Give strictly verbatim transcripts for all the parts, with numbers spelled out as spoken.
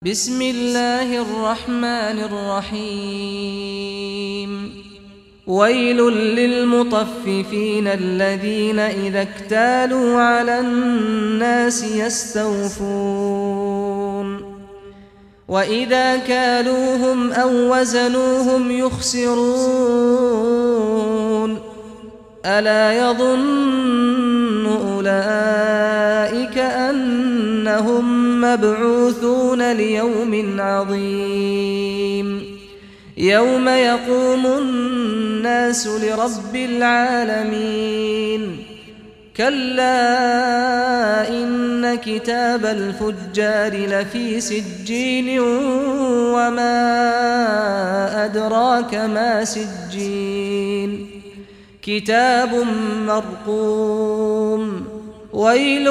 بسم الله الرحمن الرحيم ويل للمطففين الذين إذا اكتالوا على الناس يستوفون وإذا كالوهم أو وزنوهم يخسرون ألا يظن أولئك أنهم مبعوثون ليوم عظيم يوم يقوم الناس لرب العالمين كلا إن كتاب الفجار لفي سجين وما أدراك ما سجين كتاب مرقوم ويل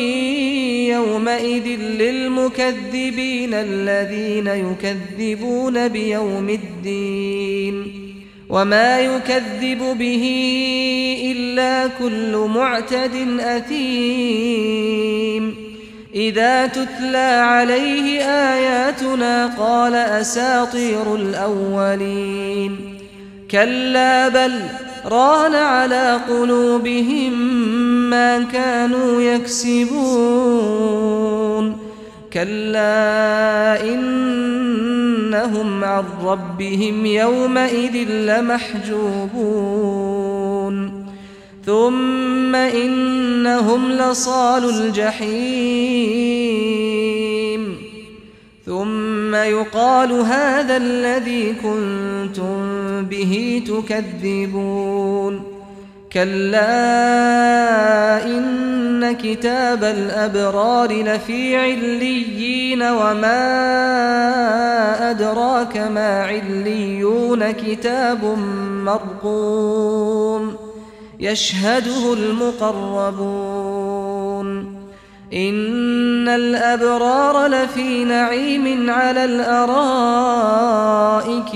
يومئذ للمكذبين الذين يكذبون بيوم الدين وما يكذب به إلا كل معتد أثيم إذا تتلى عليه آياتنا قال أساطير الأولين كلا بل ران على قلوبهم ما كانوا يكسبون كلا إنهم عن ربهم يومئذ لمحجوبون ثم إنهم لصالو الجحيم ثم يقال هذا الذي كنتم به تكذبون كلا إن كتاب الأبرار لفي عليين وما أدراك ما عليون كتاب مرقوم يشهده المقربون إن الأبرار لفي نعيم على الأرائك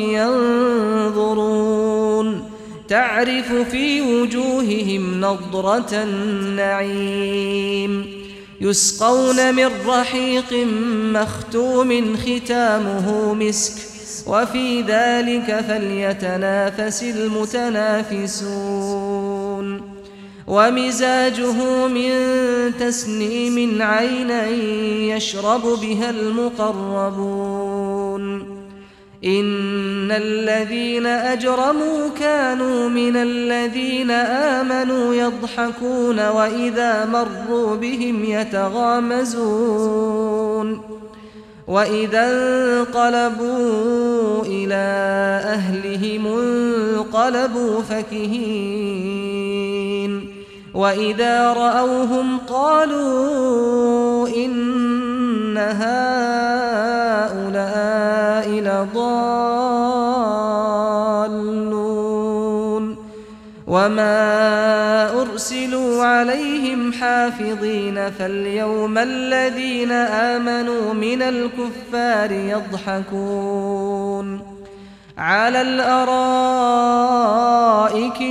ينظرون تعرف في وجوههم نضرة النعيم يسقون من رحيق مختوم ختامه مسك وفي ذلك فليتنافس المتنافسون ومزاجه من تسنيم عينا يشرب بها المقربون إن الذين أجرموا كانوا من الذين آمنوا يضحكون وإذا مروا بهم يتغامزون وإذا انقلبوا إلى أهلهم انقلبوا فكهين وإذا رأوهم قالوا إن هؤلاء لضالون وما أرسلوا عليهم حافظين فاليوم الذين آمنوا من الكفار يضحكون على الأرائك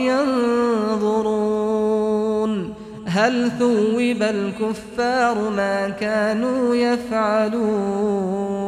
ينظرون هل ثوب الكفار ما كانوا يفعلون